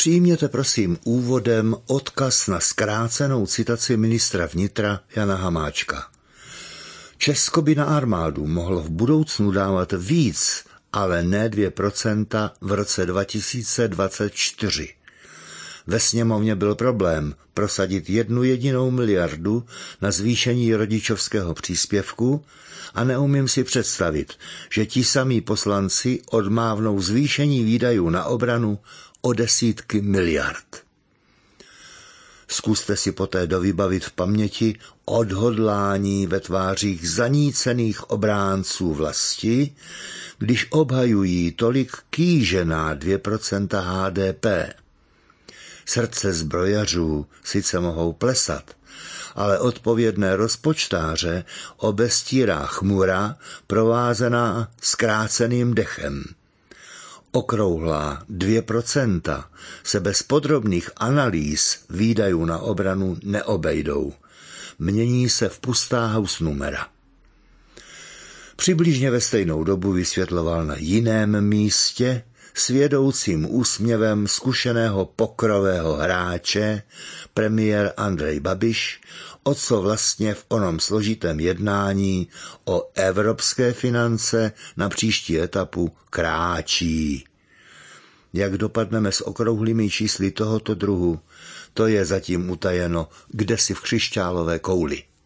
Přijměte prosím úvodem odkaz na zkrácenou citaci ministra vnitra Jana Hamáčka. Česko by na armádu mohlo v budoucnu dávat víc, ale ne 2% v roce 2024. Ve sněmovně byl problém prosadit 1 jedinou miliardu na zvýšení rodičovského příspěvku a neumím si představit, že ti samí poslanci odmávnou zvýšení výdajů na obranu o desítky miliard. Zkuste si poté dovybavit v paměti odhodlání ve tvářích zanícených obránců vlasti, když obhajují tolik kýžená 2% HDP. Srdce zbrojařů sice mohou plesat, ale odpovědné rozpočtáře obestírá chmura provázená zkráceným dechem. Okrouhlá 2% se bez podrobných analýz výdajů na obranu neobejdou. Mění se v pustá hausnumera. Přibližně ve stejnou dobu vysvětloval na jiném místě s vědoucím úsměvem zkušeného pokrového hráče premiér Andrej Babiš, o co vlastně v onom složitém jednání o evropské finance na příští etapu kráčí. Jak dopadneme s okrouhlými čísly tohoto druhu, to je zatím utajeno kdesi v křišťálové kouli.